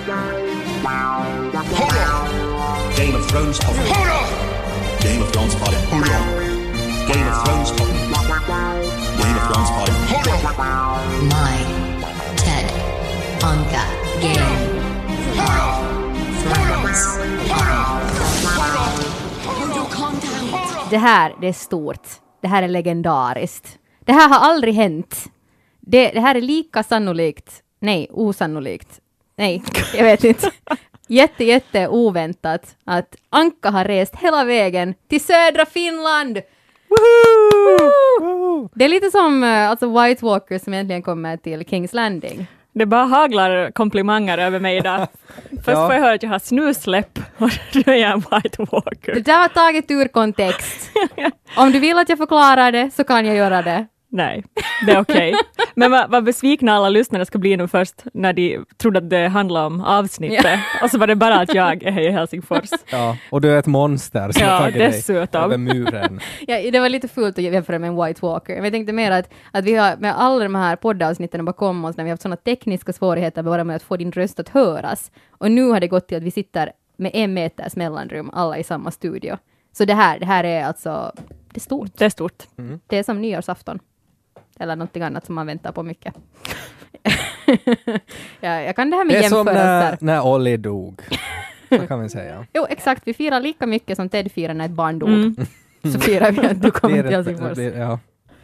Game of Thrones podcast. Game of Thrones podcast. Game of Thrones podcast. Game of Thrones podcast. My Ted Anka Game of Thrones. Det här, det är stort. Det här är legendariskt. Det här har aldrig hänt. Det här är lika sannolikt. Nej, osannolikt. Nej, jag vet inte. Jätte oväntat att Anka har rest hela vägen till södra Finland. Woohoo! Det är lite som alltså White Walkers som äntligen kommer till King's Landing. Det bara haglar komplimanger över mig idag. Först får jag höra att jag har snusläpp och nu är jag en White Walker. Det där var taget ur kontext. Om du vill att jag förklarar det så kan jag göra det. Nej, det är okej. Men vad besvikna alla lyssnare ska bli nu först när de trodde att det handlade om avsnittet. Ja. Och så var det bara att jag är i Helsingfors. Ja, och du är ett monster som har tagit dig över muren. Ja, det var lite fult att jämföra med en White Walker. Men jag tänkte mer att vi har med alla de här poddavsnitten bakom oss när vi har haft sådana tekniska svårigheter bara med att få din röst att höras. Och nu har det gått till att vi sitter med 1 meters mellanrum, alla i samma studio. Så det här är alltså, det är stort. Det är stort. Mm. Det är som nyårsafton. Eller någonting annat som man väntar på mycket. Ja, jag kan det här med jämförelser. Det är som när Olli dog. Så kan vi säga. Jo, exakt. Vi firar lika mycket som Ted firar när ett barn dog. Så firar vi att du kommer till Helsingfors. Ja.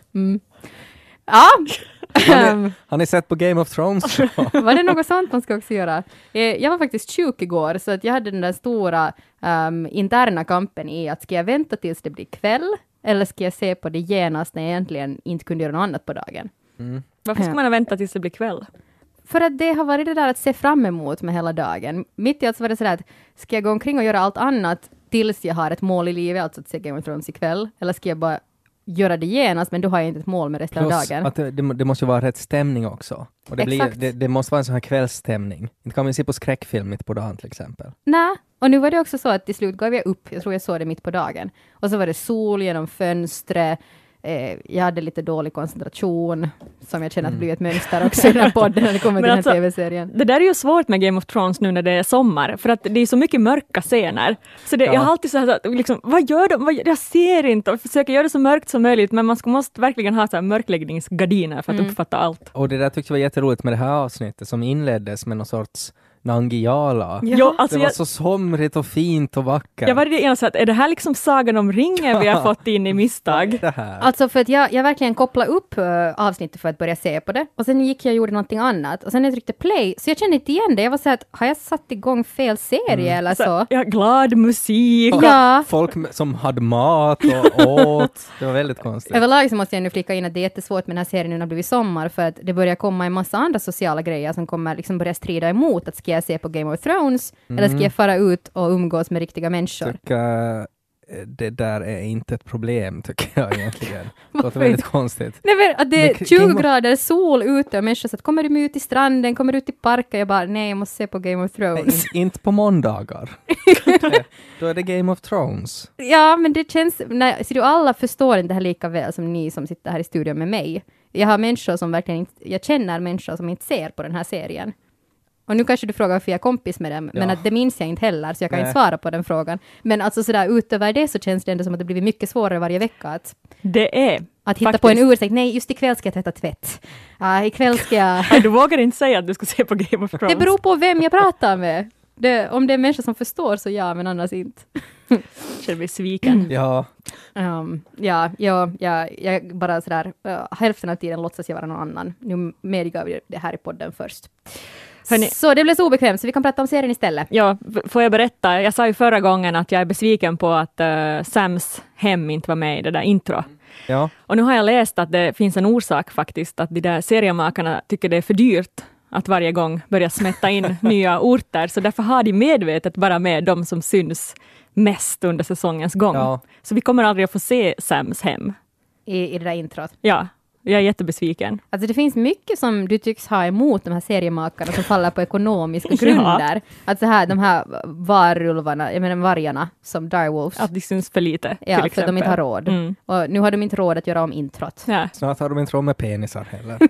Ja. Har ni sett på Game of Thrones? Var det något sånt man ska också göra? Jag var faktiskt sjuk igår så att jag hade den där stora interna kampen i att ska jag vänta tills det blir kväll eller ska jag se på det genast när jag egentligen inte kunde göra något annat på dagen. Varför ska man vänta tills det blir kväll? För att det har varit det där att se fram emot med hela dagen. Mitt i allt så var det sådär att ska jag gå omkring och göra allt annat tills jag har ett mål i livet, alltså att se Game of Thrones ikväll, eller ska jag bara göra det genast, men då har jag inte ett mål med resten av dagen. Att det måste vara rätt stämning också. Och det måste vara en sån här kvällsstämning. Inte kan man se på skräckfilm mitt på dagen till exempel. Nej, och nu var det också så att till slut gav jag upp. Jag tror jag såg det mitt på dagen. Och så var det sol genom fönstret. Jag hade lite dålig koncentration som jag känner att blir ett mönster också i den här podden när det kommer till den här tv-serien. Det där är ju svårt med Game of Thrones nu när det är sommar för att det är så mycket mörka scener. Så jag har alltid så här liksom, vad gör de? Jag ser inte och försöker göra det så mörkt som möjligt men man måste verkligen ha så här mörkläggningsgardiner för att uppfatta allt. Och det där tyckte jag var jätteroligt med det här avsnittet som inleddes med någon sorts Nangijala. Ja, alltså det var så somrigt och fint och vackert. Jag var det ena så att är det här liksom Sagan om ringen vi har fått in i misstag? Alltså för att jag verkligen kopplade upp avsnittet för att börja se på det. Och sen gick jag och gjorde någonting annat. Och sen när jag tryckte play så jag kände inte igen det. Jag var så att har jag satt igång fel serie eller så? Ja, glad musik. Ja. Folk som hade mat och åt. Det var väldigt konstigt. Överlag så måste jag nu flika in att det är jättesvårt med den här serien när det blivit sommar för att det börjar komma en massa andra sociala grejer som kommer liksom börja strida emot att ska jag se på Game of Thrones eller ska jag fara ut och umgås med riktiga människor? Det där är inte ett problem tycker jag egentligen. Det låter väldigt konstigt. Nej, men att det är 20 grader sol ute och människor så att kommer du ut i stranden, kommer du ut i parken? Jag bara, nej, jag måste se på Game of Thrones. Nej, inte på måndagar. Då är det Game of Thrones. Ja, men det känns, så du alla förstår inte det här lika väl som ni som sitter här i studion med mig. Jag har människor som verkligen inte, jag känner människor som inte ser på den här serien. Och nu kanske du frågar varför jag är kompis med dem, men att det minns jag inte heller, så jag kan inte svara på den frågan. Men alltså sådär utöver det så känns det ändå som att det blir mycket svårare varje vecka att hitta på en ursäkt. Nej, just ikväll ska jag tvätta tvätt. Ikväll ska jag... Du vågar inte säga att du ska se på Game of Thrones. Det beror på vem jag pratar med. Om det är människor som förstår så ja, men annars inte. Känner mig sviken. Ja. Jag bara sådär, hälften av tiden låtsas jag vara någon annan. Nu medgav jag det här i podden först. Så det blev så obekvämt så vi kan prata om serien istället. Ja, får jag berätta? Jag sa ju förra gången att jag är besviken på att Sams hem inte var med i det där intro. Ja. Och nu har jag läst att det finns en orsak faktiskt att de där seriemakarna tycker det är för dyrt att varje gång börja smätta in nya orter. Så därför har de medvetet bara med de som syns mest under säsongens gång. Ja. Så vi kommer aldrig att få se Sams hem. I det där introt. Ja. Jag är jättebesviken. Alltså det finns mycket som du tycks ha emot de här seriemakarna som faller på ekonomiska grunder. Att så här, de här varulvarna, jag menar vargarna som direwolves. Att det syns för lite, ja, till exempel. för att de inte har råd. Och nu har de inte råd att göra om introt. Ja. Snart har de inte råd med penisar heller.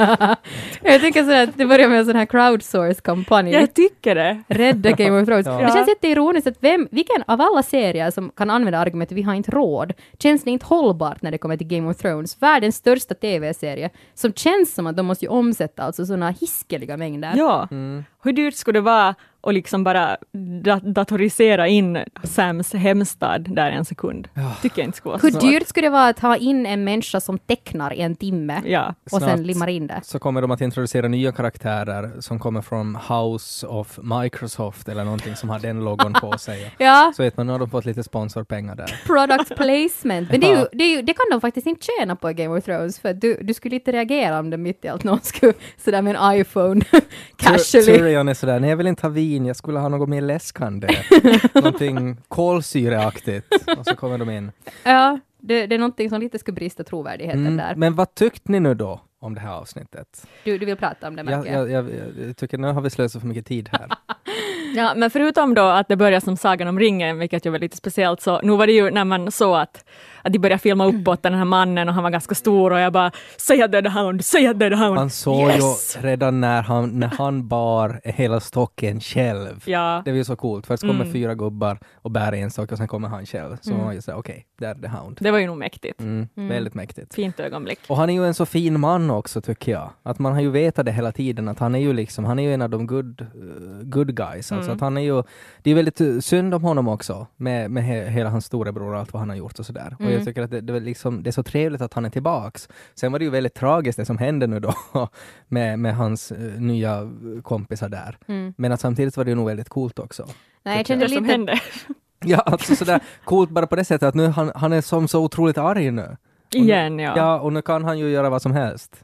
Jag tycker så att det börjar med en sån här crowdsource-kampanj. Jag tycker det. Rädda Game of Thrones. Ja. Det känns jätteironiskt att vilken av alla serier som kan använda argumentet vi har inte råd, känns det inte hållbart när det kommer till Game of Thrones. Världens största tv-serie som känns som att de måste ju omsätta alltså sådana hiskeliga mängder. Ja. Hur dyrt skulle det vara att liksom bara datorisera in Sams hemstad där en sekund? Tycker jag inte skulle vara Hur så dyrt skulle det vara att ha in en människa som tecknar i en timme Ja. och sen Snart limmar in det? Så kommer de att introducera nya karaktärer som kommer från House of Microsoft eller någonting som har den logon på sig. Ja, Så vet man, nu har de fått lite sponsorpengar där. product placement. Men det kan de faktiskt inte tjäna på i Game of Thrones, för du skulle inte reagera om det mitt i allt någon skulle sådär med en iPhone casually. Tyrion är sådär, nej jag vill inte ha vin, jag skulle ha något mer läskande. Någonting kolsyreaktigt. Och så kommer de in. Ja, det är någonting som lite skulle brista trovärdigheten där. Men vad tyckte ni nu då om det här avsnittet? Du vill prata om det, märker jag. Jag tycker nu har vi slösat för mycket tid här. Ja, men förutom då att det börjar som Sagan om ringen, vilket ju var lite speciellt, så nu var det ju när man såg att de började filma uppåt den här mannen och han var ganska stor och jag bara, säg att det är The Hound, säg att det är The Hound. Man såg ju redan när han bar hela stocken själv. Ja. Det var ju så coolt. Först kommer 4 gubbar och bär en stock och sen kommer han själv. Så man var ju såhär, okej, det är The Hound. Det var ju nog mäktigt. Väldigt mäktigt. Fint ögonblick. Och han är ju en så fin man också, tycker jag. Att man har ju vetat det hela tiden, att han är ju en av de good guys. Alltså att han är ju, det är väldigt synd om honom också, med hela hans storebror och allt vad han har gjort och sådär. Och jag tycker att det är så trevligt att han är tillbaks. Sen var det ju väldigt tragiskt det som hände nu då med hans nya kompisar där. Men att samtidigt var det ju nog väldigt coolt också. Nej, jag kände Det som lite... hände. Ja, alltså sådär coolt bara på det sättet att nu han är som så otroligt arg nu. Igen, ja. Ja, och nu kan han ju göra vad som helst.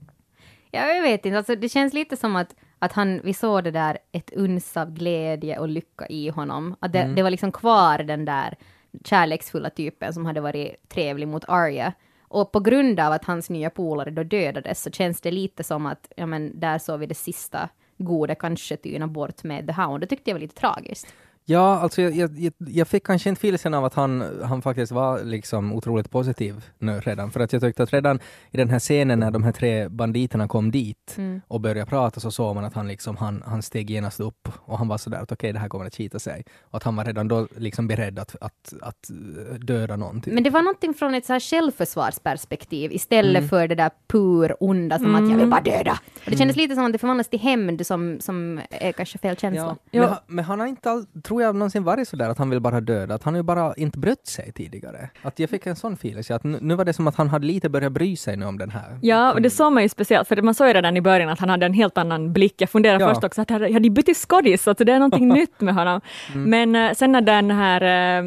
Ja, jag vet inte. Alltså, det känns lite som att vi såg det där, ett uns av glädje och lycka i honom. Att det var liksom kvar den där kärleksfulla typen som hade varit trevlig mot Arya. Och på grund av att hans nya polare då dödades så känns det lite som att, ja men där såg vi det sista goda kanske tyna bort med The Hound. Det tyckte jag var lite tragiskt. Ja, alltså jag fick kanske inte filsen av att han faktiskt var liksom otroligt positiv nu redan. För att jag tyckte att redan i den här scenen när de här 3 banditerna kom dit och började prata så såg man att han steg genast upp och han var sådär att okej, det här kommer att skita sig. Och att han var redan då liksom beredd att döda någonting. Men det var någonting från ett så här självförsvarsperspektiv istället för det där pur onda som att jag vill bara döda. Och det kändes lite som att det förvandlas till hämnd som är kanske fel känsla. Ja. Men han har inte tror jag någonsin varit så där att han vill bara döda. Att han har ju bara inte brytt sig tidigare. Att jag fick en sån feeling. Så att nu var det som att han hade lite börjat bry sig nu om den här. Ja, och det såg man ju speciellt. För man såg ju redan i början att han hade en helt annan blick. Jag funderade först också att jag hade bytt skådis. Alltså det är någonting nytt med honom. Men sen när den här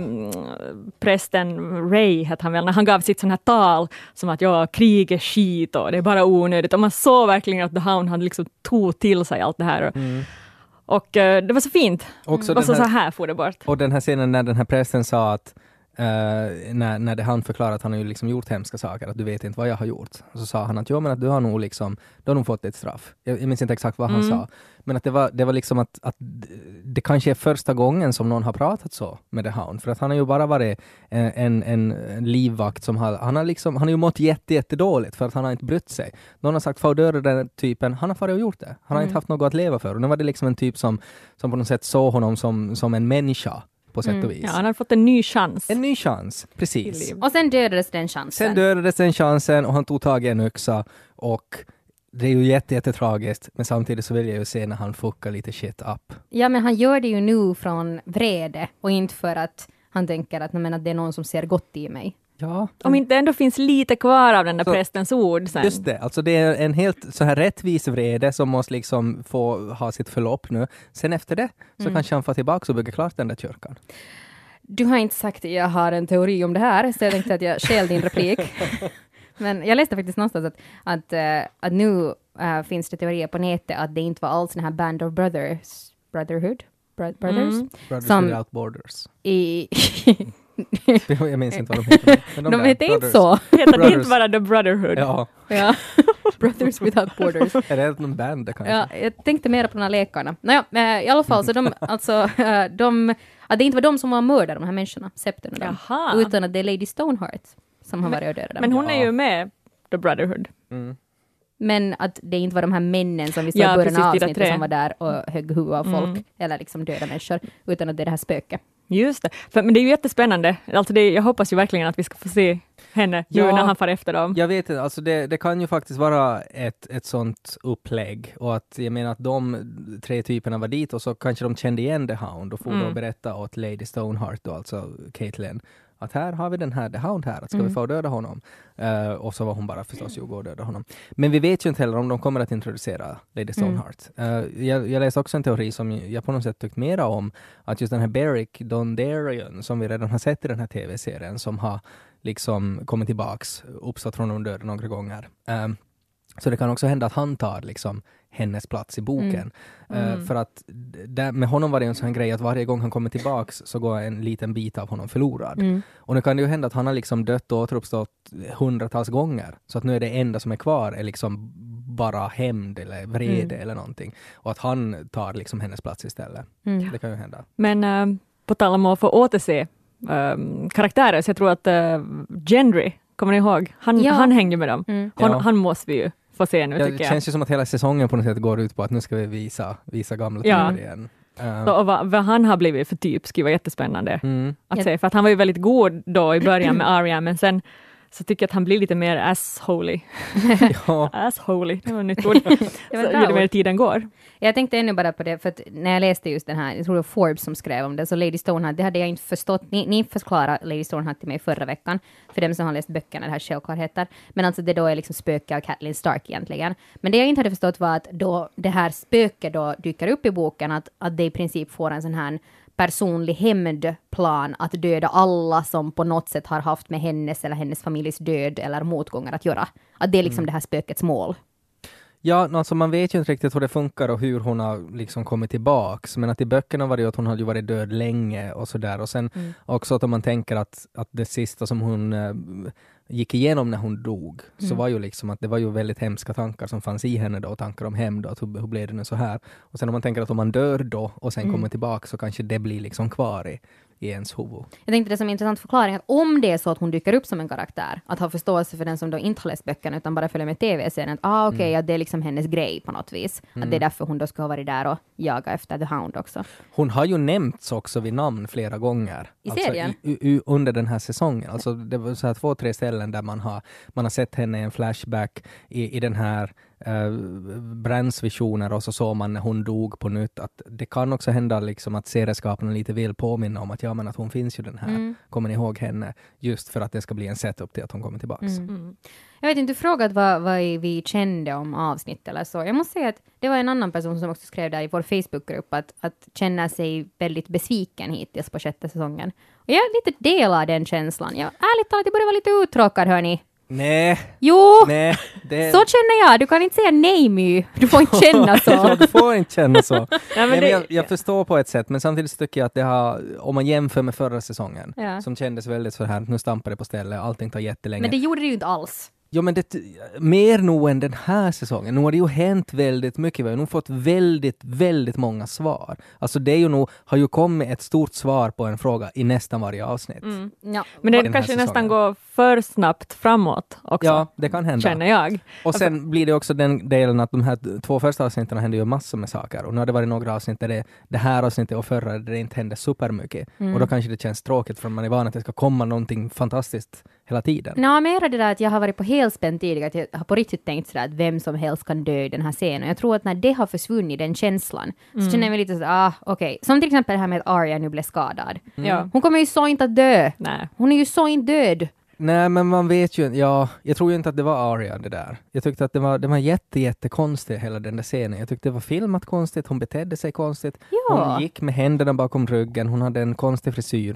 prästen Ray, hette han väl, när han gav sitt sån här tal som att krig är skit och det är bara onödigt. Och man såg verkligen att The Hound hade liksom tog till sig allt det här. Och det var så fint. Och så här får det bort. Och den här scenen när den här prästen sa att när han förklarade att han har ju liksom gjort hemska saker, att du vet inte vad jag har gjort. Och så sa han att men att du har nog fått ett straff. Jag minns inte exakt vad han sa. Men att det var liksom att det kanske är första gången som någon har pratat så med The Hound. För att han har ju bara varit en livvakt som han har ju mått jättedåligt för att han har inte brytt sig. Någon har sagt, få döda den typen, han har farit och gjort det. Han har inte haft något att leva för. Och nu var det liksom en typ som på något sätt såg honom som en människa. På sätt och vis. Ja, han har fått en ny chans. En ny chans, precis. Och sen dödades den chansen. Och han tog tag i en yxa. Och det är ju jättetragiskt. Men samtidigt så vill jag ju se när han fuckar lite shit up. Ja, men han gör det ju nu från vrede. Och inte för att han tänker att det är någon som ser gott i mig. Ja. Om inte ändå finns lite kvar av den där prästens ord sen. Just det, alltså det är en helt så här rättvis vrede som måste liksom få ha sitt förlopp nu. Sen efter det så kanske han får tillbaka och bygga klart den där kyrkan. Du har inte sagt att jag har en teori om det här, så jag tänkte att jag skäl din replik. Men jag läste faktiskt någonstans att nu finns det teorier på nätet att det inte var alls den här Band of Brothers Brothers som Without Borders. Jag minns inte vad de heter. Men De heter inte Brothers. så. Heter det Brothers. inte bara The Brotherhood? Ja, Ja. Brothers Without Borders. är det någon band det kanske? Ja, jag tänkte mer på de här lekarna. Nåja, i alla fall så att det inte var de som var mördare, de här människorna, Septon och dem. Jaha. Utan att det är Lady Stoneheart som har varit och dödat dem. Men hon är ju med The Brotherhood. Men att det inte var de här männen som vi såg Ja, i början av precis, de avsnittet tre. som var där och högg huvudet av folk, eller liksom döda människor, utan att det är det här spöket. Just det. Men det är ju jättespännande. Alltså jag hoppas ju verkligen att vi ska få se henne nu Ja. när han far efter dem. Jag vet inte, alltså det kan ju faktiskt vara ett sånt upplägg och att jag menar att de 3 typerna var dit och så kanske de kände igen The Hound och får då berätta åt Lady Stoneheart då, alltså Caitlin, att här har vi den här The Hound här, att ska vi få döda honom? Och så var hon bara förstås ju gå och döda honom. Men vi vet ju inte heller om de kommer att introducera Lady Stoneheart. Jag läste också en teori som jag på något sätt tyckt mera om, att just den här Beric Dondarrion som vi redan har sett i den här tv-serien som har liksom kommit tillbaks, uppstått från de döda några gånger. Så det kan också hända att han tar liksom hennes plats i boken. För att med honom var det en sån grej att varje gång han kommer tillbaks så går en liten bit av honom förlorad. Och nu kan det ju hända att han har liksom dött och återuppstått hundratals gånger. Så att nu är det enda som är kvar är liksom bara hämnd eller vrede eller någonting. Och att han tar liksom hennes plats istället. Det kan ju hända. Men på tal om att få återse karaktärer, så jag tror att Gendry, kommer ni ihåg? Han hängde med dem. Han måste vi ju få se nu, tycker Det jag. känns ju som att hela säsongen på något sätt går ut på att nu ska vi visa gamla tider igen. Och vad han har blivit för typ skulle vara jättespännande att se. För att han var ju väldigt god då i början med Arya, men sen så tycker jag att han blir lite mer assholy. Ja. Assholy, det var ett nytt ord. Det var Så bra ju mer ord. tiden går. Jag tänkte ännu bara på det, för att när jag läste just den här, jag tror det var Forbes som skrev om det, så Lady Stoneheart, det hade jag inte förstått. Ni förklarade Lady Stoneheart till mig förra veckan, för dem som har läst böckerna, det här självklarheter. Men alltså det då är liksom spöke av Catelyn Stark egentligen. Men det jag inte hade förstått var att då det här spöket då dyker upp i boken, att det i princip får en sån här personlig hämndplan att döda alla som på något sätt har haft med hennes eller hennes familjs död eller motgångar att göra. Att det är liksom det här spökets mål. Ja, alltså man vet ju inte riktigt hur det funkar och hur hon har liksom kommit tillbaks. Men att i böckerna var det ju att hon hade ju varit död länge och sådär. Och sen också att om man tänker att det sista som hon gick igenom när hon dog, så var ju liksom att det var ju väldigt hemska tankar som fanns i henne då, tankar om hämnd och att hur blev det nu så här. Och sen om man tänker att om man dör då och sen kommer tillbaka, så kanske det blir liksom kvar i ens huvud. Jag tänkte det som en intressant förklaring, att om det är så att hon dyker upp som en karaktär, att ha förståelse för den som då inte har läst böckerna utan bara följer med tv-serien, att att det är liksom hennes grej på något vis. Att det är därför hon då ska ha varit där och jaga efter The Hound också. Hon har ju nämnts också vid namn flera gånger. I serien? Under den här säsongen. Alltså det var så här 2-3 ställen där man har sett henne i en flashback i den här brännsvisioner, och så såg man när hon dog på nytt att det kan också hända liksom att serieskaparna lite vill påminna om att men att hon finns ju den här. Kommer ni ihåg henne? Just för att det ska bli en setup till att hon kommer tillbaks. Jag vet inte, du frågat vad vi kände om avsnitt eller så. Jag måste säga att det var en annan person som också skrev där i vår Facebookgrupp att känna sig väldigt besviken hittills på 6:e säsongen. Och jag lite delar den känslan. Ärligt talat, jag börjar vara lite uttråkad, hörni. Nej, Jo! nej. Så känner jag. Du kan inte säga nej, My. Du får inte känna så. Du får inte känna så. men Nej, det- men jag förstår på ett sätt, men samtidigt så tycker jag att det har, om man jämför med förra säsongen, Ja. som kändes väldigt så här, nu stampar det på stället, allting tar jättelänge. Men det gjorde det ju inte alls. Ja, men det mer nog än den här säsongen. Nu har det ju hänt väldigt mycket. Vi har nog fått väldigt, väldigt många svar. Alltså det är ju nog, har ju kommit ett stort svar på en fråga i nästan varje avsnitt. Ja. Men den det här kanske nästan säsongen. går för snabbt framåt också, Ja, det kan hända. känner jag. Och sen blir det också den delen att de här 2 första avsnitten händer ju massor med saker. Och nu har det varit några avsnitt där det här avsnittet och förra där det inte hände supermycket. Och då kanske det känns tråkigt för man är van att det ska komma någonting fantastiskt hela tiden. Nej, mer det där att jag har varit på helspänn tidigare, att jag har på riktigt tänkt sådär att vem som helst kan dö i den här scenen. Jag tror att när det har försvunnit, den känslan, så känner jag mig lite så okej. Som till exempel det här med att Arya nu blev skadad. Ja. Hon kommer ju så inte att dö. Nej. Hon är ju så inte död. Nej, men man vet ju, jag tror ju inte att det var Arya det där. Jag tyckte att det var jättekonstigt hela den där scenen. Jag tyckte det var filmat konstigt, hon betedde sig konstigt. Ja. Hon gick med händerna bakom ryggen, hon hade en konstig frisyr.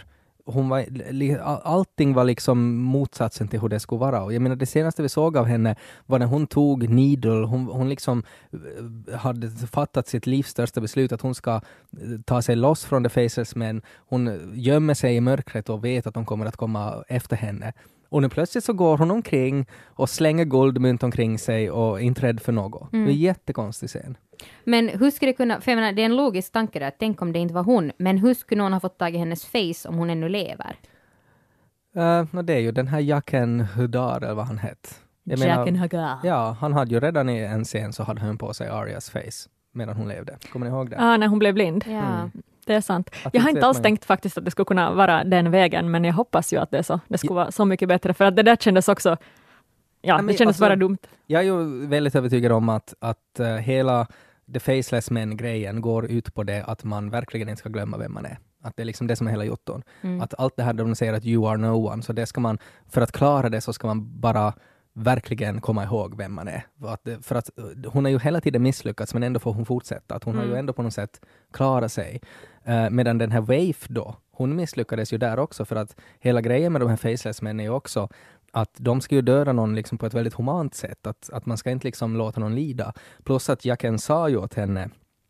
hon var, allting var liksom motsatsen till hur det skulle vara. Och jag menar, det senaste vi såg av henne var när hon tog Needle. Hon liksom hade fattat sitt livs största beslut att hon ska ta sig loss från The Faceless Men. Hon gömmer sig i mörkret och vet att de kommer att komma efter henne. Och nu plötsligt så går hon omkring och slänger guldmynt omkring sig och är inte rädd för något. Det är en jättekonstig scen. Men hur skulle det kunna, för jag menar, det är en logisk tanke där, tänk om det inte var hon, men hur skulle någon ha fått tag i hennes face om hon ännu lever? Det är ju den här Jaqen H'ghar eller vad han hette. Jaqen H'ghar. Ja, han hade ju redan i en scen så hade han på sig Arias face medan hon levde. Kommer ni ihåg det? Ja, när hon blev blind. Ja. Det är sant. Att Jag har inte inte alls vet man tänkt faktiskt att det skulle kunna vara den vägen, men jag hoppas ju att det är så. Det skulle vara så mycket bättre, för att det där kändes också, men det kändes alltså, bara dumt. Jag är ju väldigt övertygad om att hela The Faceless Men-grejen går ut på det att man verkligen inte ska glömma vem man är. Att det är liksom det som är hela jotton. Att allt det här de säger att you are no one, så det ska man, för att klara det så ska man bara verkligen komma ihåg vem man är. För att hon har ju hela tiden misslyckats, men ändå får hon fortsätta. Att hon har ju ändå på något sätt klarat sig. Medan den här Waif då, hon misslyckades ju där också, för att hela grejen med de här Faceless Men är ju också att de ska ju döda någon liksom på ett väldigt humant sätt. Att man ska inte liksom låta någon lida. Plus att Jaqen sa ju åt henne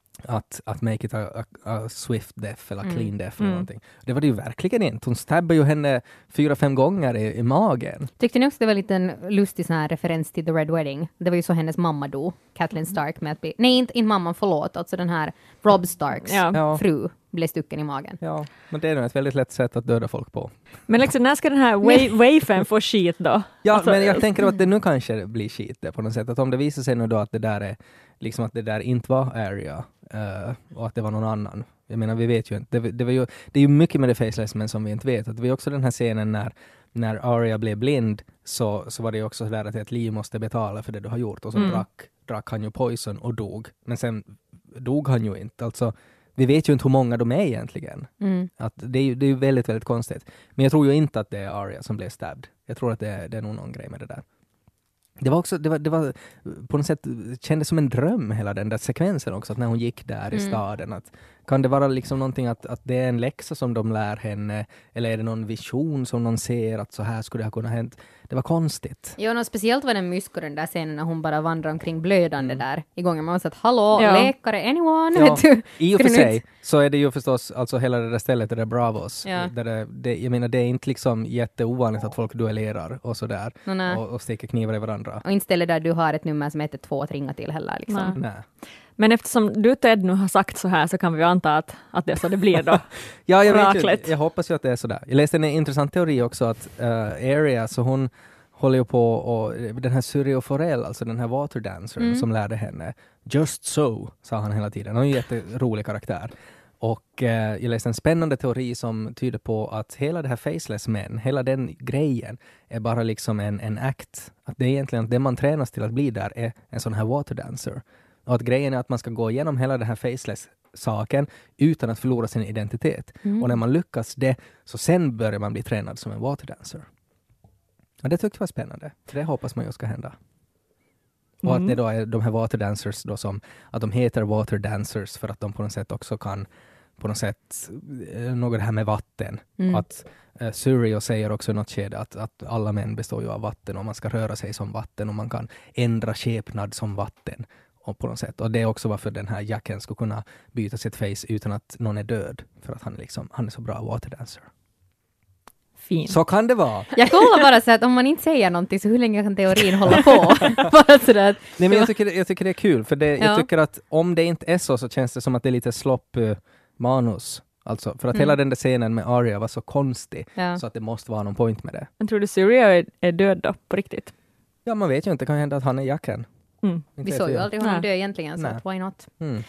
att make it a swift death eller clean death eller någonting. Det var det ju verkligen inte. Hon stabbade ju henne 4-5 gånger i magen. Tyckte ni också det var lite en lustig sån här referens till The Red Wedding? Det var ju så hennes mamma dog, Catelyn Stark, med att bli... Nej, inte mamman, förlåt. Alltså den här Robb Starks fru blev stucken i magen. Ja, men det är nog ett väldigt lätt sätt att döda folk på. Men liksom, när ska den här Waifen få skit då? Ja, alltså, men jag tänker att det nu kanske blir skit där på något sätt. Att om det visar sig nu då att det där är liksom att det där inte var Arya och att det var någon annan. Jag menar, vi vet ju inte. Det är ju mycket med The Faceless Men som vi inte vet. Att det var också den här scenen när Arya blev blind, så var det ju också där att ett liv måste betala för det du har gjort. Och så drack han ju poison och dog. Men sen dog han ju inte. Alltså, vi vet ju inte hur många de är egentligen. Att det är ju väldigt, väldigt konstigt. Men jag tror ju inte att det är Arya som blev stabbed. Jag tror att det är nog någon grej med det där. Det var också, det var på något sätt kändes som en dröm hela den där sekvensen också, att när hon gick där i staden, att kan det vara liksom någonting att det är en läxa som de lär henne, eller är det någon vision som någon ser att så här skulle det ha kunnat hänt? Det var konstigt. Ja, något speciellt var den mysko den där scenen när hon bara vandrar omkring blödande där i gången. Man var så att, hallå, läkare, anyone? Ja, vet du? i och för sig så är det ju förstås, alltså hela det där stället, det där Bravos. Ja. Jag menar, det är inte liksom jätteovanligt att folk duellerar och sådär och sticker knivar i varandra. Och inte stället där du har ett nummer som heter 2 att ringa till heller. Liksom. Nej. Men eftersom du, Ted, nu har sagt så här, så kan vi anta att det är så det blir då. Ja, jag hoppas ju att det är sådär. Jag läste en intressant teori också att Arya, så hon håller ju på, och den här Syrio Forel, alltså den här waterdancern som lärde henne, just so, sa han hela tiden. Han är en jätterolig karaktär. Och jag läste en spännande teori som tyder på att hela det här Faceless Men, hela den grejen är bara liksom en act. Att det är egentligen det man tränas till att bli där är en sån här waterdancer. Och att grejen är att man ska gå igenom hela den här Faceless-saken utan att förlora sin identitet. Och när man lyckas det, så sen börjar man bli tränad som en waterdancer. Och det tyckte jag var spännande. Det hoppas man ju ska hända. Och att det då är de här waterdancers då som, att de heter waterdancers för att de på något sätt också kan, på något sätt, något här med vatten. Att Syrio säger också i något skede att alla män består ju av vatten och man ska röra sig som vatten och man kan ändra skepnad som vatten. Och på något sätt. Och det är också varför den här Jaqen ska kunna byta sitt face utan att någon är död. För att han är så bra waterdancer. Fint. Så kan det vara. Jag kollar bara så att om man inte säger någonting, så hur länge kan teorin hålla på? Bara så där. Nej, men jag tycker det är kul. För jag tycker att om det inte är så känns det som att det är lite slopp manus. Alltså, för att hela den där scenen med Arya var så konstig. Så att det måste vara någon point med det. Men tror du Syrio är död då, på riktigt? Ja, man vet ju inte. Det kan hända att han är Jaqen. Vi såg ju aldrig honom dö egentligen, så att why not?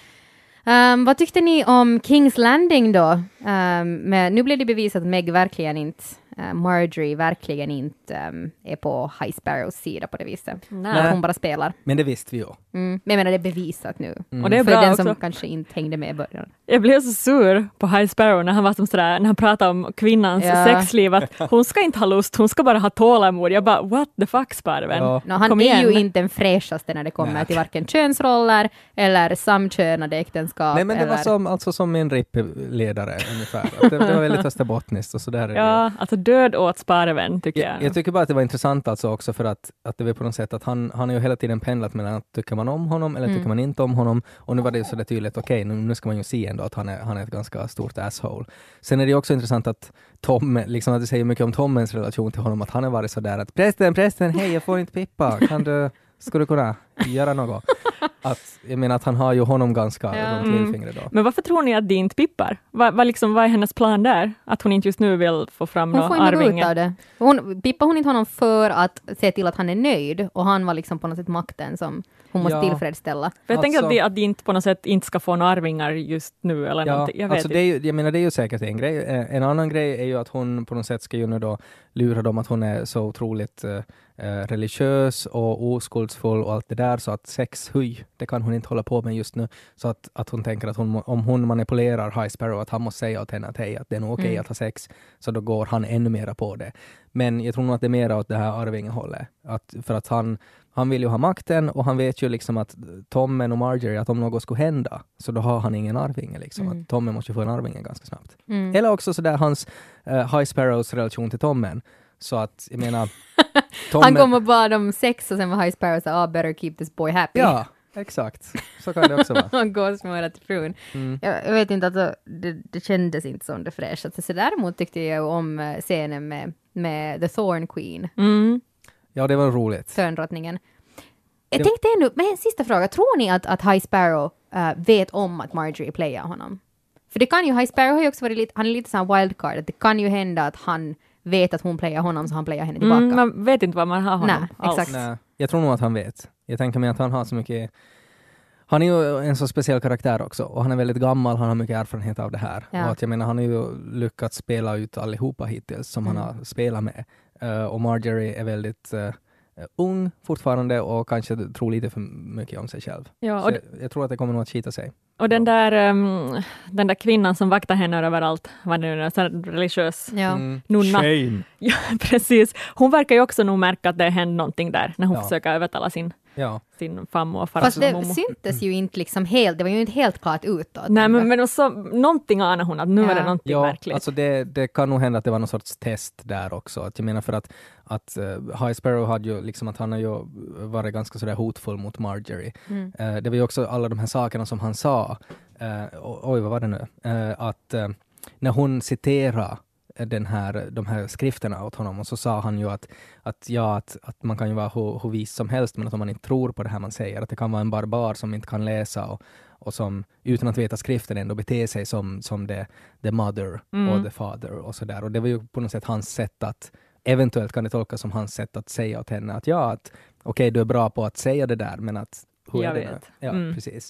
Vad tyckte ni om King's Landing då? Men nu blev det bevisat att Meg verkligen inte Marjorie verkligen inte är på High Sparrows sida på det viset. Nej. Att hon bara spelar. Men det visste vi ju. Men jag menar, det är bevisat nu. Och det är För bra den också. som kanske inte hängde med i början. Jag blev så sur på High Sparrow när han var som sådär, när han pratade om kvinnans sexliv, att hon ska inte ha lust, hon ska bara ha tålamod. Jag bara, what the fuck, Sparven? Ja. Han Kom är igen. ju inte den fräschaste när det kommer till varken könsroller eller samkönade äktenskap. Nej, men det eller... var som en RIP-ledare ungefär. Att det var väldigt österbottniskt och sådär. Ja, alltså död åt Sparven tycker jag. Jag tycker bara att det var intressant alltså också för att det var på något sätt att han har ju hela tiden pendlat mellan att tycker man om honom eller tycker man inte om honom, och nu var det så där tydligt, okej, nu ska man ju se ändå att han är ett ganska stort asshole. Sen är det också intressant att Tom, liksom att det säger mycket om Tommens relation till honom, att han har varit så där att prästen, hej, jag får inte pippa, ska du kunna göra något? Att, jag menar att han har ju honom ganska runt lillfingret då. Men varför tror ni att det inte pippar? Vad är hennes plan där? Att hon inte just nu vill få fram Hon någon får inte gå ut arvinge? av det. Pippar hon inte honom för att se till att han är nöjd, och han var liksom på något sätt makten som hon måste tillfredsställa. För jag tänker Alltså- att de inte på något sätt inte ska få några arvingar just nu eller någonting. Jag vet alltså inte. det är ju, jag menar det är ju säkert en grej. En annan grej är ju att hon på något sätt ska ju nu då lura dem att hon är så otroligt religiös och oskuldsfull och allt det där, så att sex, det kan hon inte hålla på med just nu. Så att hon tänker att om hon manipulerar High Sparrow, att han måste säga åt henne att hej, att det är nog okej att ha sex, så då går han ännu mera på det. Men jag tror nog att det är mera åt det här arvingehållet. För att han vill ju ha makten, och han vet ju liksom att Tommen och Marjorie, att om något skulle hända, så då har han ingen arvinge liksom. Att Tommen måste få en arvinge ganska snabbt. Eller också så där hans High Sparrows relation till Tommen. Så att, jag menar... Han kom och bad om sex, och sen var High Sparrow så better keep this boy happy. Ja, exakt. Så kan det också vara. Han går och smörar till frun. Jag vet inte, alltså, det kändes inte som det fräschaste. Så däremot tyckte jag om scenen med The Thorn Queen, Ja, det var roligt. Törndrottningen. Jag tänkte ännu, men en sista fråga. Tror ni att High Sparrow vet om att Marjorie playar honom? För det kan ju, High Sparrow har ju också varit lite, han är lite sån wildcard, att det kan ju hända att han vet att hon playar honom, så han playar henne tillbaka. Man vet inte vad man har honom Nej, alls. exakt. Nej, jag tror nog att han vet. Jag tänker mig att han har så mycket... Han är ju en så speciell karaktär också, och han är väldigt gammal, han har mycket erfarenhet av det här. Ja. Och att jag menar, han har ju lyckats spela ut allihopa hittills som han har spelat med. Och Marjorie är väldigt ung fortfarande och kanske tror lite för mycket om sig själv. Ja, Så och jag tror att det kommer nog att skita sig. Och den där kvinnan som vaktar henne överallt, vad det nu är, så här religiös Ja. nunna. Shame. Ja, precis. Hon verkar ju också nog märka att det händer någonting där när hon försöker övertala sin fammo och Fast det farmor. syntes ju inte liksom helt, det var ju inte helt klart utåt. Nej, men också, någonting anar hon att nu är det någonting Ja, märkligt. alltså det kan nog hända att det var någon sorts test där också. Att jag menar för att High Sparrow hade ju liksom att han har ju varit ganska sådär hotfull mot Marjorie. Det var ju också alla de här sakerna som han sa. Oj, vad var det nu? När hon citerade de här skrifterna åt honom, och så sa han ju att man kan ju vara hur vis som helst, men att om man inte tror på det här man säger, att det kan vara en barbar som inte kan läsa och som utan att veta skriften ändå beter sig som the mother och the father och sådär. Och det var ju på något sätt hans sätt att, eventuellt kan det tolkas som hans sätt att säga åt henne att okej, du är bra på att säga det där, men att hur Jag är det vet. nu? Ja, precis.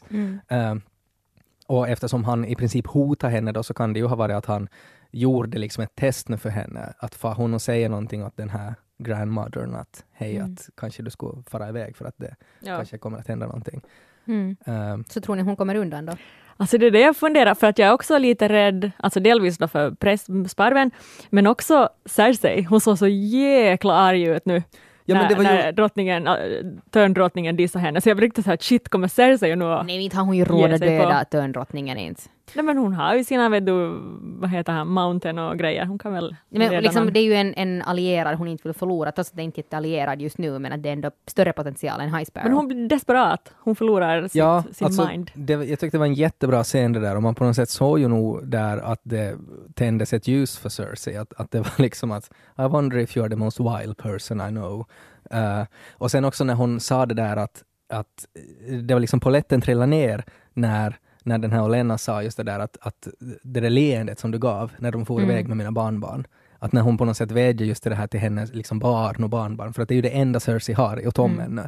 Och eftersom han i princip hotar henne då, så kan det ju ha varit att han gjorde liksom ett test nu för henne, att få hon att säga någonting åt den här grandmothern, att hej, att kanske du skulle fara iväg för att det kanske kommer att hända någonting. Så tror ni hon kommer undan då? Alltså det är det jag funderar, för att jag är också lite rädd, alltså delvis då för Sparven, men också Cersei, hon såg så jäkla arg ut nu. Ja, men det var när törndrottningen dissade henne. Så jag var riktigt så här, shit, kommer Cersei nu att Nej, inte har hon ju råd att sig på- döda Törndrottningen inte. Nej, men hon har ju sina, vet du, vad heter han, mountain och grejer. Hon kan väl Men leda liksom, någon- det är ju en allierad hon inte vill förlora, trots att det inte är ett allierad just nu, men att det är ändå större potential än High Sparrow. Men hon blir desperat. Hon förlorar sin alltså, mind. jag tyckte det var en jättebra scen det där, och man på något sätt såg ju nog där att det tändes ett ljus för Cersei, att det var liksom att I wonder if you're the most wild person I know. Och sen också när hon sa det där att det var liksom polletten trillade ner när den här Olenna sa just det där att det där leendet som du gav när de får iväg med mina barnbarn, att när hon på något sätt vädjar just det här till hennes liksom barn och barnbarn, för att det är ju det enda Cersei har, och Tommen.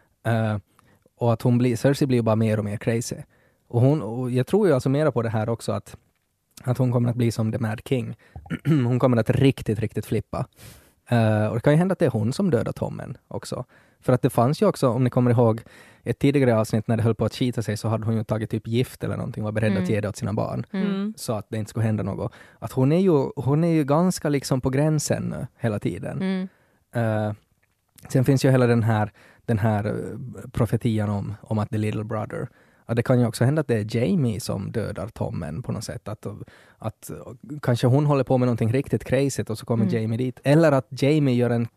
Och att Cersei blir ju bara mer och mer crazy. Och jag tror ju alltså mera på det här också, att hon kommer att bli som The Mad King. Hon kommer att riktigt flippa. Och det kan ju hända att det är hon som dödar Tommen också. För att det fanns ju också, om ni kommer ihåg ett tidigare avsnitt när det höll på att skita sig, så hade hon ju tagit typ gift eller någonting, var beredd att ge det åt sina barn. Så att det inte skulle hända något. Att hon är ju ganska liksom på gränsen hela tiden. Sen finns ju hela den här profetian om att the little brother. Ja, det kan ju också hända att det är Jamie som dödar Tommen på något sätt. Att kanske hon håller på med någonting riktigt crazy och så kommer Jamie dit. Eller att Jamie gör en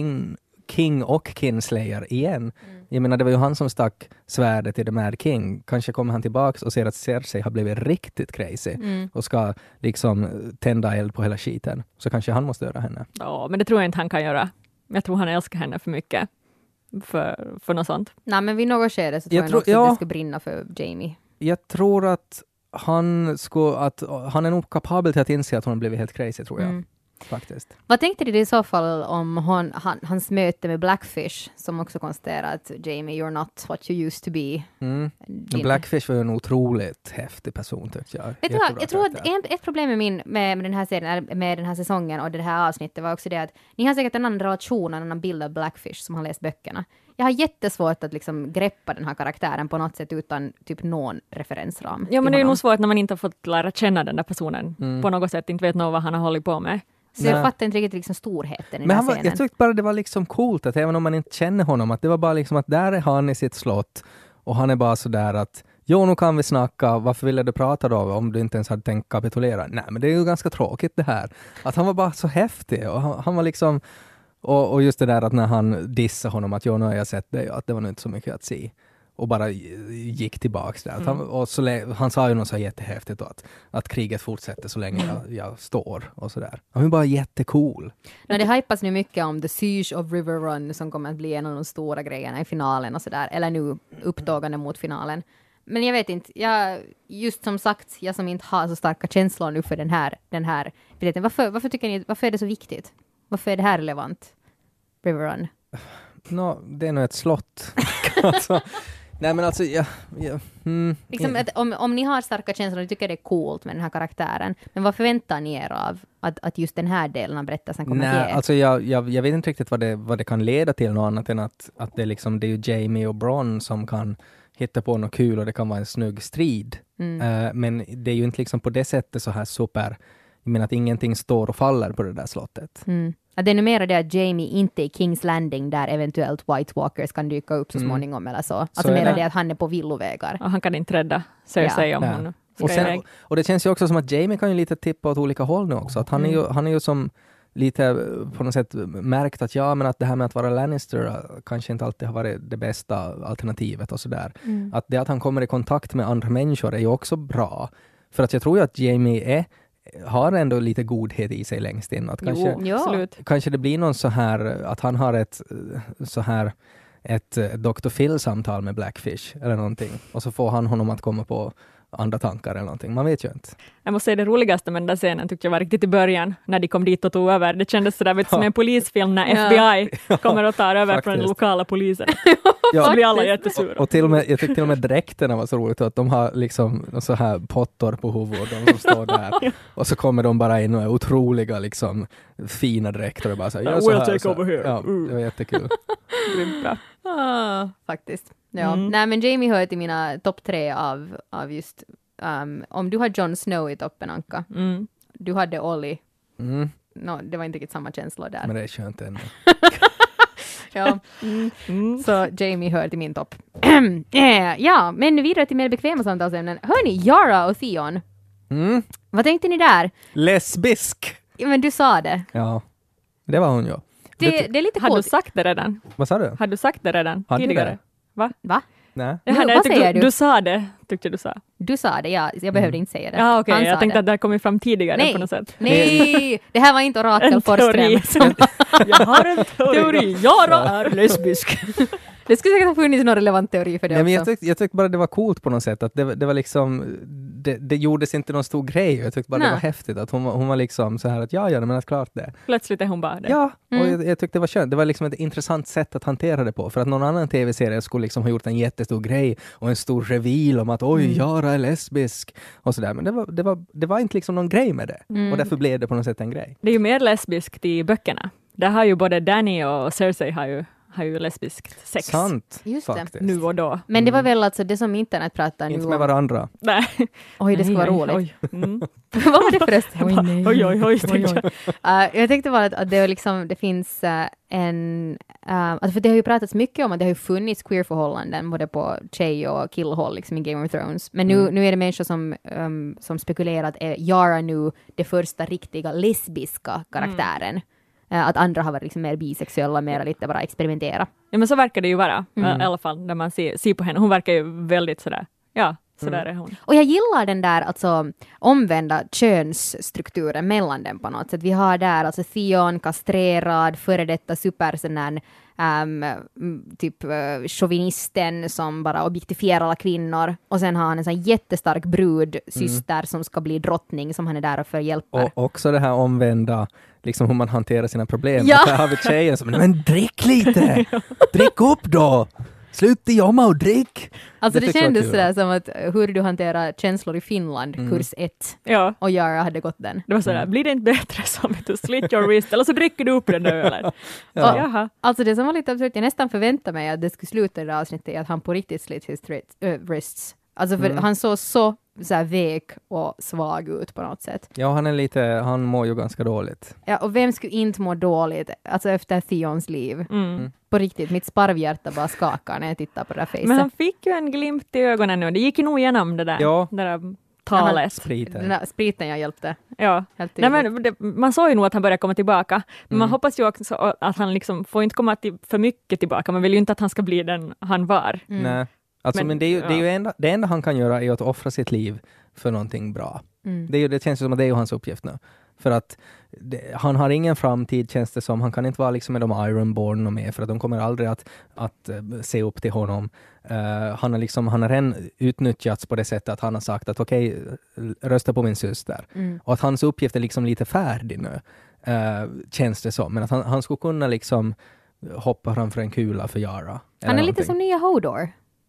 King och Kinslayer igen. Jag menar, det var ju han som stack svärdet i The Mad King. Kanske kommer han tillbaks och ser att Cersei har blivit riktigt crazy och ska liksom tända eld på hela skiten. Så kanske han måste döda henne. Ja, men det tror jag inte han kan göra. Jag tror han älskar henne för mycket. För något sånt. Nej, men vid något skede så tror jag också att det ska brinna för Jamie. Jag tror att han är nog kapabel till att inse att hon har blivit helt crazy, tror jag. Faktiskt. Vad tänkte du i så fall om hans möte med Blackfish, som också konstaterar att Jamie, you're not what you used to be. Blackfish var ju en otroligt häftig person, tyckte jag. Jag tror att ett problem med den här serien, med den här säsongen och det här avsnittet var också det att ni har säkert en annan relation, en annan bild av Blackfish som har läst böckerna. Jag har jättesvårt att liksom greppa den här karaktären på något sätt utan typ någon referensram. Ja, men det är nog svårt när man inte har fått lära känna den där personen på något sätt, inte vet vad han har hållit på med. Så jag fattar inte riktigt liksom storheten i den här scenen. Jag tyckte bara det var liksom coolt att även om man inte känner honom, att det var bara liksom att där är han i sitt slott och han är bara så där att jo, nu kan vi snacka, varför ville du prata då om du inte ens hade tänkt kapitulera? Nej, men det är ju ganska tråkigt det här. Att han var bara så häftig och han var liksom och just det där att när han dissade honom att nu har jag sett det, att det var nog inte så mycket att se. Och bara gick tillbaks där. Han sa ju något så jättehäftigt då, att kriget fortsätter så länge jag står och sådär. Han är bara jättecool. Det hypas nu mycket om The Siege of River Run som kommer att bli en av de stora grejerna i finalen och sådär. Eller nu upptagande mot finalen. Men jag vet inte, just som sagt, jag som inte har så starka känslor nu för den här varför tycker ni, varför är det så viktigt? Varför är det här relevant? River Run? Det är nog ett slott. Alltså, nej, men alltså liksom om ni har starka känslor och tycker det är coolt med den här karaktären, men vad förväntar ni er av att just den här delen av berättelsen kommer att ge? Alltså jag vet inte riktigt vad det kan leda till, något annat än att det är ju Jamie och Bronn som kan hitta på något kul och det kan vara en snygg strid. Men det är ju inte liksom på det sättet så här super. Jag menar att ingenting står och faller på det där slottet. Det är numera det att Jamie inte är King's Landing där eventuellt White Walkers kan dyka upp så småningom eller så. Alltså mer det att han är på villovägar. Och han kan inte rädda Cersei om hon ska iväg. Och det känns ju också som att Jamie kan ju lite tippa åt olika håll nu också. Att han är ju som lite på något sätt märkt att men att det här med att vara Lannister kanske inte alltid har varit det bästa alternativet och sådär. Att det att han kommer i kontakt med andra människor är ju också bra. För att jag tror ju att Jamie har ändå lite godhet i sig längst in. Att kanske det blir någon så här att han har ett Dr. Phil-samtal med Blackfish eller någonting. Och så får han honom att komma på andra tankar eller någonting. Man vet ju inte. Jag måste säga det roligaste med den där scenen tyckte jag var riktigt i början när de kom dit och tog över. Det kändes sådär som en polisfilm när FBI kommer och tar över från den lokala polisen. Så blir alla jättesura. Och jag tyckte till och med dräkterna var så roligt att de har liksom så här pottor på huvudet, de som står där. Och så kommer de bara in och är otroliga liksom fina dräkter och bara så här, we'll take over here. Ja, det var jättekul. Faktiskt. Ja. Nej, men Jamie hör till mina topp 3 av just om du har Jon Snow i toppen, Anka. Du hade Ollie. Det var inte riktigt samma känsla där. Men det är skönt ändå. Så Jamie hör till min topp. Ja, men vidare till mer bekväma samtalsämnen. Hörni, Yara och Theon. Vad tänkte ni där? Lesbisk. Ja, men du sa det. Ja, det var hon ju. Det är lite coolt. Har du sagt det redan? Vad sa du? Har du sagt det redan tidigare? Va? Nej. Vad säger du? Du sa det, tyckte du sa. Du sa det, ja. Jag behövde inte säga det. Ja, okej. Jag tänkte att det har kommit fram tidigare på något sätt. Nej, det här var inte Orakel Forström. Jag har en teori. Yara är lesbisk. Det skulle säkert ha funnits någon relevant teori för det Nej, men också. jag tyckte bara det var coolt på något sätt. Att det var liksom, det gjordes inte någon stor grej. Jag tyckte bara det var häftigt. Att hon var liksom så här att ja, men att klart det. Plötsligt är hon bara det. Ja, och jag tyckte det var skönt. Det var liksom ett intressant sätt att hantera det på. För att någon annan tv-serie skulle liksom ha gjort en jättestor grej och en stor reveal om att oj, Yara är lesbisk och sådär. Men det var inte liksom någon grej med det. Och därför blev det på något sätt en grej. Det är ju mer lesbiskt i böckerna. Där har ju både Dany och Cersei har ju lesbiskt sex. Sant, Just det. faktiskt. Nu och då. Men det var väl alltså det som internet pratar nu Inte om. med varandra. Nej. Oj, det ska vara roligt. Oj. Mm. Vad var det förresten? Oj. Jag tänkte bara att det, liksom, det finns alltså för det har ju pratats mycket om att det har ju funnits queer-förhållanden både på tjej- och killhåll liksom i Game of Thrones. Men nu är det människor som spekulerar att är Yara nu det första riktiga lesbiska karaktären. Att andra har varit liksom mer bisexuella, mer lite bara experimentera. Ja, men så verkar det ju vara. I alla fall när man ser på henne. Hon verkar ju väldigt sådär. Ja, sådär är hon. Och jag gillar den där alltså omvända könsstrukturen mellan dem på något sätt. Vi har där alltså Theon kastrerad, före detta super typ chauvinisten som bara objektifierar alla kvinnor. Och sen har han en sån jättestark brud, syster som ska bli drottning som han är där och förhjälper. Och också det här omvända, liksom hur man hanterar sina problem. Ja. Att här har vi tjejen som, men drick lite! Drick upp då! Sluta jamma och drick! Alltså det tyckte jag var kändes kul. sådär som att hur du hanterar känslor i Finland, kurs 1. Ja. Och Yara hade gått den. Det var sådär, blir det inte bättre som du slit your wrist eller så dricker du upp den nu eller? Ja. Jaha. Alltså det som var lite absurt, jag nästan förväntade mig att det skulle sluta i det avsnittet att han på riktigt slit his wrists. Alltså för han såg så här vek och svag ut på något sätt. Ja, han mår ju ganska dåligt. Ja, och vem skulle inte må dåligt alltså efter Theons liv? På riktigt, mitt sparvhjärta bara skakar när jag tittar på det där facet. Men han fick ju en glimt i ögonen nu. Det gick ju nog igenom det där, Ja. det där talet. Spriten. Den där spriten jag hjälpte. Ja. Helt Nej, tydligt. men man såg ju nog att han började komma tillbaka. Men man hoppas ju också att han liksom får inte komma för mycket tillbaka. Man vill ju inte att han ska bli den han var. Nej. Alltså, men det är ju det enda han kan göra är att offra sitt liv för någonting bra. Det känns som att det är ju hans uppgift nu. För att han har ingen framtid, känns det som. Han kan inte vara liksom med de Ironborn och med, för att de kommer aldrig att se upp till honom. Han har redan utnyttjats på det sättet att han har sagt att okej, rösta på min syster. Och att hans uppgift är liksom lite färdig nu, känns det som. Men att han skulle kunna liksom hoppa framför en kula för Yara. Han är lite som nya Hodor.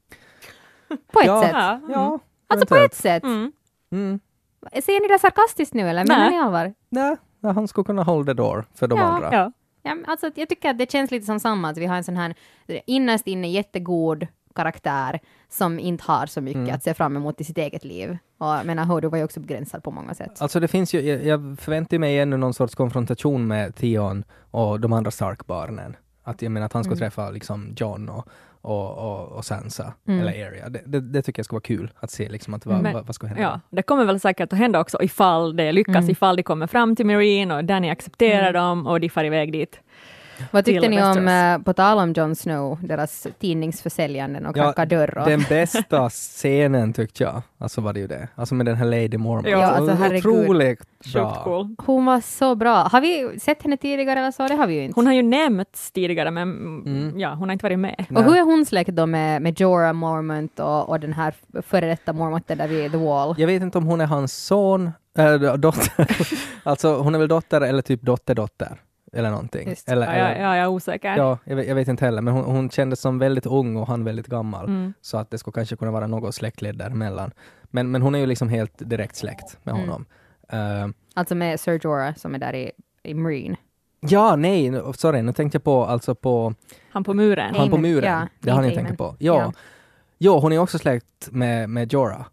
På ett sätt. Ja. Ja, Alltså på ett sätt. Mm. Ser ni det sarkastiskt nu eller? Menar ni allvar? Nej, han skulle kunna hold the door för de andra. Ja. Ja, men alltså, jag tycker att det känns lite som samma, att vi har en sån här innerst inne jättegod karaktär som inte har så mycket att se fram emot i sitt eget liv. Och jag menar, Hodor var ju också begränsad på många sätt. Alltså det finns ju, jag förväntar mig ännu någon sorts konfrontation med Theon och de andra Stark-barnen. Att jag menar att han ska träffa liksom Jon och Sansa eller Arya. Det tycker jag ska vara kul att se liksom att vad ska hända. Ja, det kommer väl säkert att hända också ifall det lyckas, ifall de kommer fram till Meereen och Dany accepterar dem och de far iväg dit. Vad tyckte till ni om, Westeros. på tal om Jon Snow, deras tidningsförsäljanden och knacka dörr? Och... Den bästa scenen tyckte jag, alltså var det ju det. Alltså med den här Lady Mormont. Ja, alltså, herregud. Otroligt Sjukt bra. cool. Hon var så bra. Har vi sett henne tidigare eller så? Det har vi ju inte. Hon har ju nämnts tidigare, men ja, hon har inte varit med. Och hur är hon släkt då med Jorah Mormont och den här före detta Mormonten där vid The Wall? Jag vet inte om hon är hans son, dotter. Alltså hon är väl dotter eller typ dotter. Eller någonting. Just. Eller, Jag är osäker. Ja, jag vet inte heller. Men hon kändes som väldigt ung och han väldigt gammal. Så att det skulle kanske kunna vara något släktled däremellan. Men hon är ju liksom helt direkt släkt med honom. Alltså med Ser Jorah som är där i Meereen. Ja, nej, sorry. Nu tänkte jag på Han på muren. han på muren. Ja, det har ni Aemon. tänkt på. Ja. Ja, hon är också släkt med Jorah.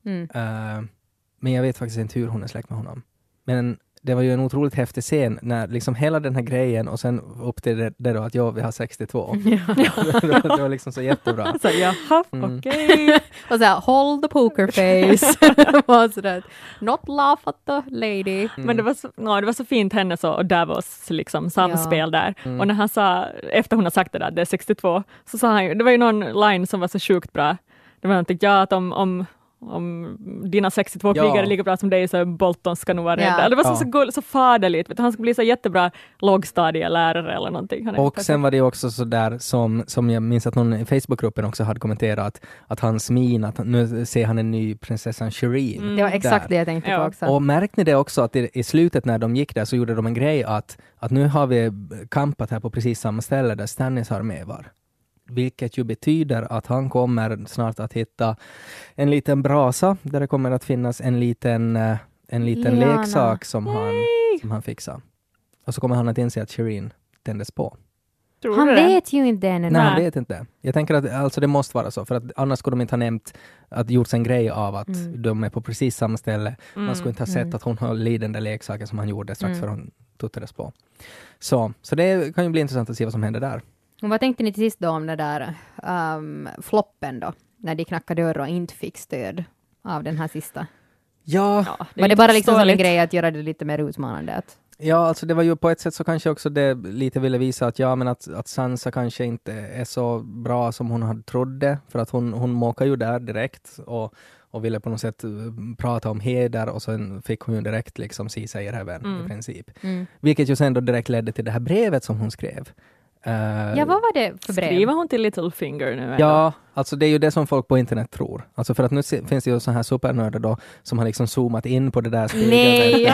Men jag vet faktiskt inte hur hon är släkt med honom. Men det var ju en otroligt häftig scen när liksom hela den här grejen och sen upp till det då att vi har 62. Det var liksom så jättebra. Så jaha, okej. Och så här, hold the poker face. Och så där, not laugh at the lady. Men det var så fint hennes och Davos liksom samspel där. Och när han sa, efter hon har sagt det där, det är 62, så sa han ju, det var ju någon line som var så sjukt bra. Det var någonting, att om dina 62 krigare är lika bra som dig så Bolton ska nog vara rädda. Ja. Det var så faderligt. Vet du, han ska bli så jättebra lågstadielärare eller någonting. Och sen var det också så där som jag minns att någon i Facebookgruppen också hade kommenterat att hans min, att nu ser han en ny prinsessan Shireen. Det var exakt där. det jag tänkte på också. Och märkte ni det också att i slutet när de gick där så gjorde de en grej att nu har vi kampat här på precis samma ställe där Stannis armé var. Vilket ju betyder att han kommer snart att hitta en liten brasa där det kommer att finnas en liten leksak som han fixar. Och så kommer han att inse att Shireen tändes på. Han vet ju inte ännu. Nej, han vet inte. Jag tänker att alltså, det måste vara så. För att annars skulle de inte ha nämnt att gjort en grej av att de är på precis samma ställe. Man skulle inte ha sett att hon har lidande leksaker som han gjorde strax för hon tuttades på. Så det kan ju bli intressant att se vad som händer där. Och vad tänkte ni till sist då om det där floppen då? När de knackade dörr och inte fick stöd av den här sista. Ja. Var det bara liksom som en grej att göra det lite mer utmanande? Ja, alltså det var ju på ett sätt så kanske också det lite ville visa att att Sansa kanske inte är så bra som hon hade trodde. För att hon måkade ju där direkt och ville på något sätt prata om heder och sen fick hon ju direkt liksom säger även i princip. Vilket ju sen då direkt ledde till det här brevet som hon skrev. Vad var det för brev? Skriver hon till Littlefinger nu? Ja, alltså det är ju det som folk på internet tror. Alltså för att nu finns det ju så här supernördar då som har liksom zoomat in på det där spegeln.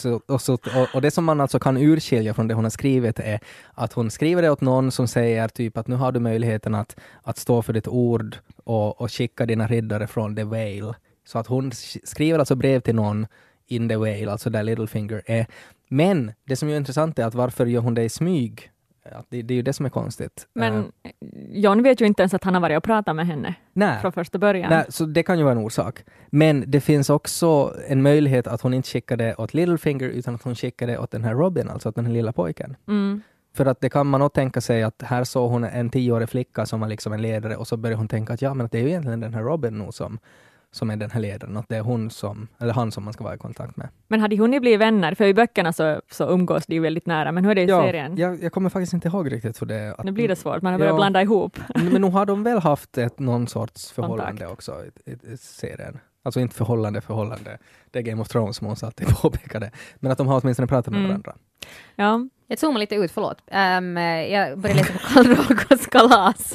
Och det som man alltså kan urskilja från det hon har skrivit är att hon skriver det åt någon som säger typ att nu har du möjligheten att stå för ditt ord och skicka dina riddare från The Vale. Så att hon skriver alltså brev till någon in The Vale, alltså där Littlefinger är. Men det som är intressant är att varför gör hon det i smyg? Ja, det är ju det som är konstigt. Men John vet ju inte ens att han har varit och pratat med henne från första början. Nej, så det kan ju vara en orsak. Men det finns också en möjlighet att hon inte skickade åt Littlefinger utan att hon skickade åt den här Robin, alltså åt den här lilla pojken. För att det kan man nog tänka sig att här såg hon en 10-årig flicka som var liksom en ledare och så började hon tänka att men att det är ju egentligen den här Robin nu som är den här ledaren, att det är han som man ska vara i kontakt med. Men hade hon ju blivit vänner? För i böckerna så umgås de ju väldigt nära, men hur är det i serien? Jag kommer faktiskt inte ihåg riktigt för det. Nu blir det svårt, man har börjat blanda ihop. Men nu har de väl haft någon sorts förhållande också i serien. Alltså inte förhållande. Det är Game of Thrones som hon alltid påpekade. Men att de har åtminstone pratat med varandra. Ja. Jag zoomar lite ut, förlåt. Jag började läsa på Karl Rogos kalas.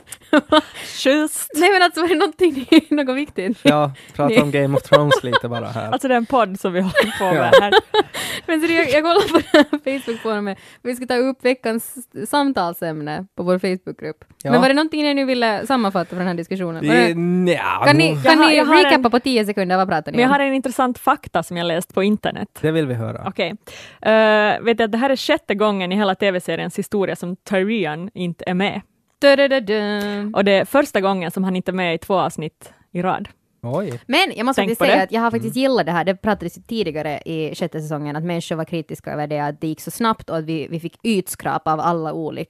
Just. Nej men alltså var det något viktigt? Ja, prata om Game of Thrones lite bara här. Alltså det är en podd som vi håller på med här. Men så jag kollar på det här Facebook-forumet. Vi ska ta upp veckans samtalsämne på vår Facebook-grupp. Ja. Men var det någonting ni nu ville sammanfatta från den här diskussionen? Kan ni recappa på 10 sekunder? Vad pratar ni om? Men jag har en intressant fakta som jag läst på internet. Det vill vi höra. Okej. Vet du att det här är 6:e gången i hela tv-seriens historia som Tyrion inte är med. Och det är första gången som han inte är med i 2 avsnitt i rad. Oj. Men jag måste faktiskt säga att jag har faktiskt gillat det här. Det pratades tidigare i 6:e säsongen att människor var kritiska över det, att det gick så snabbt och att vi fick utskrapa av alla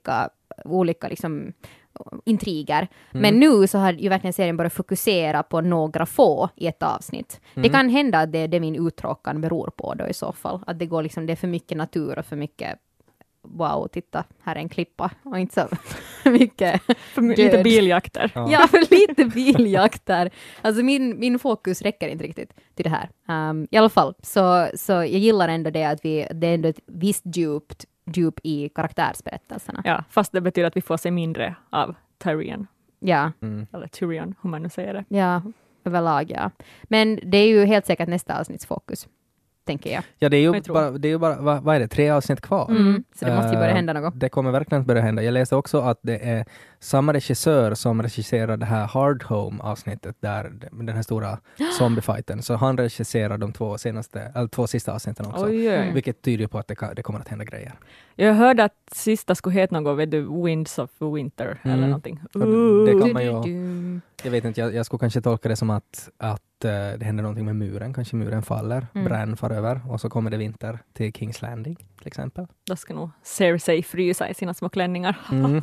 olika liksom intriger. Men nu så har ju verkligen serien bara fokusera på några få i ett avsnitt. Det kan hända att det är det min uttråkan beror på då i så fall. Att det går liksom, det är för mycket natur och för mycket wow, titta, här är en klippa och inte så mycket lite biljakter. Ja, för lite biljakter. Alltså min fokus räcker inte riktigt till det här. I alla fall, så jag gillar ändå det att det är ändå ett visst djup i karaktärsberättelserna. Ja, fast det betyder att vi får se mindre av Tyrion. Ja. Eller Tyrion, hur man nu säger det. Ja, överlag, ja. Men det är ju helt säkert nästa avsnittsfokus, tänker jag. Ja, det är ju bara vad är det, 3 avsnitt kvar. Så det måste ju börja hända något. Det kommer verkligen att börja hända. Jag läste också att det är samma regissör som regisserar det här Hard Home-avsnittet där den här stora zombiefighten. Så han regisserar de 2 sista avsnitten också. Vilket tyder på att det kommer att hända grejer. Jag hörde att sista skulle heta något, vet du, Winds of Winter eller någonting. Det kan man ju... Jag vet inte, jag skulle kanske tolka det som att det händer någonting med muren. Kanske muren faller, bränn far över och så kommer det vinter till King's Landing till exempel. Då ska nog Cersei frysa i sina små klänningar.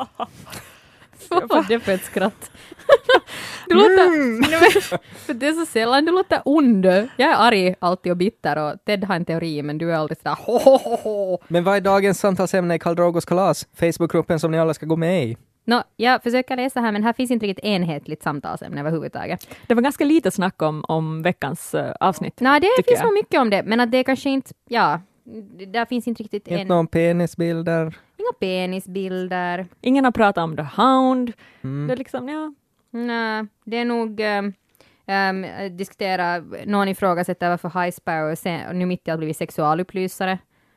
Vad var det för ett skratt? Du låter... För det är så sällan du låter ond. Jag är arg alltid och bitter och Ted har en teori, men du är alltid sådär Men vad är dagens samtalsämne i Karl Drogos kalas? Facebookgruppen som ni alla ska gå med i. Jag försöker läsa här, men här finns inte riktigt enhetligt samtalsämne överhuvudtaget. Det var ganska lite snack om veckans avsnitt. Nej, det finns nog mycket om det, men att det kanske inte, där finns inte riktigt Inte någon penisbilder. Inga penisbilder. Ingen har pratat om The Hound. Det är liksom, Nej, det är nog diskutera, någon ifrågasätter varför High Sparrow nu mitt i allt blivit sexualupplysare.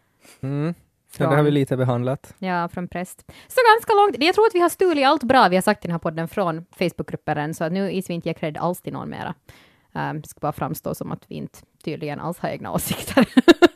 Ja, det har vi lite behandlat. Ja, från präst. Så ganska långt. Jag tror att vi har stulit allt bra vi har sagt i den här podden från Facebookgruppen, så att nu är vi inte cred alls till någon mera. Ska bara framstå som att vi inte tydligen alls har egna åsikter.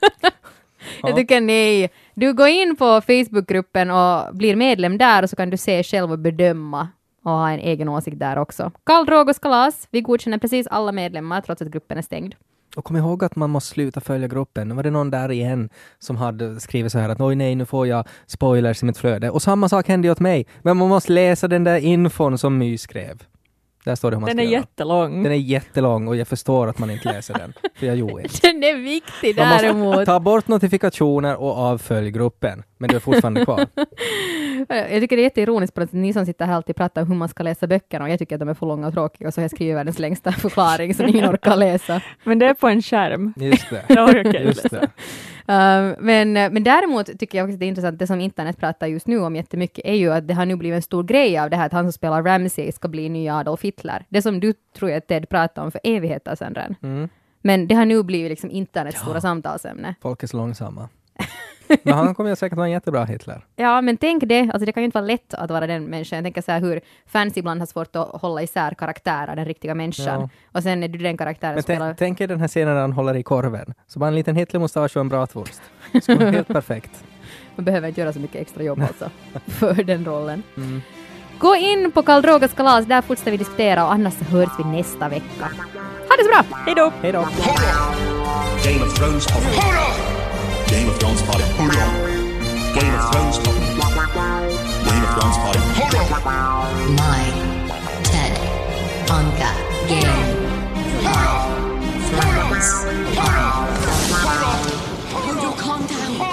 Jag tycker nej. Du går in på Facebookgruppen och blir medlem där, och så kan du se själv och bedöma och ha en egen åsikt där också. Karl Drogos kalas. Vi godkänner precis alla medlemmar trots att gruppen är stängd. Och kom ihåg att man måste sluta följa gruppen. Nu var det någon där igen som hade skrivit så här att oj nej, nu får jag spoilers i mitt flöde. Och samma sak hände ju åt mig. Men man måste läsa den där infon som My skrev. Där står det hur man den är jättelång. Den är jättelång och jag förstår att man inte läser den. För jag gjorde inte. Den är viktig däremot. Ta bort notifikationer och avfölj gruppen. Men du är fortfarande kvar. Jag tycker det är jätteironiskt på att ni som sitter här alltid pratar om hur man ska läsa böckerna, och jag tycker att de är för långa och tråkiga, och så har jag skrivit världens längsta förklaring som ingen orkar läsa. Men det är på en skärm. Just det. Just det. Men däremot tycker jag också att det är intressant, det som internet pratar just nu om jättemycket är ju att det har nu blivit en stor grej av det här att han som spelar Ramsey ska bli nya Adolf Hitler. Det som du tror jag Ted pratade om för evigheter sedan redan. Men det har nu blivit liksom internets stora samtalsämne. Folk är så långsamma. Men han kommer säkert vara en jättebra Hitler. Ja, men tänk det. Alltså det kan ju inte vara lätt att vara den människan. Jag tänker så här hur fans ibland har svårt att hålla isär karaktärer, den riktiga människan. Ja. Och sen är du den karaktären men spelar... Tänk er den här scenen när han håller i korven. Så bara en liten Hitlermustasch och en bratwurst. Det skulle vara helt perfekt. Man behöver inte göra så mycket extra jobb alltså för den rollen. Gå in på Karl Drogas kalas, där fortsätter vi diskutera, och annars så hörs vi nästa vecka. Ha det så bra! Hej då! Hej då! Game of Thrones coffee. Game of Thrones party. Game of Thrones coffee. Game of Thrones party. My TED Anka Game of Thrones. Hold your calm down.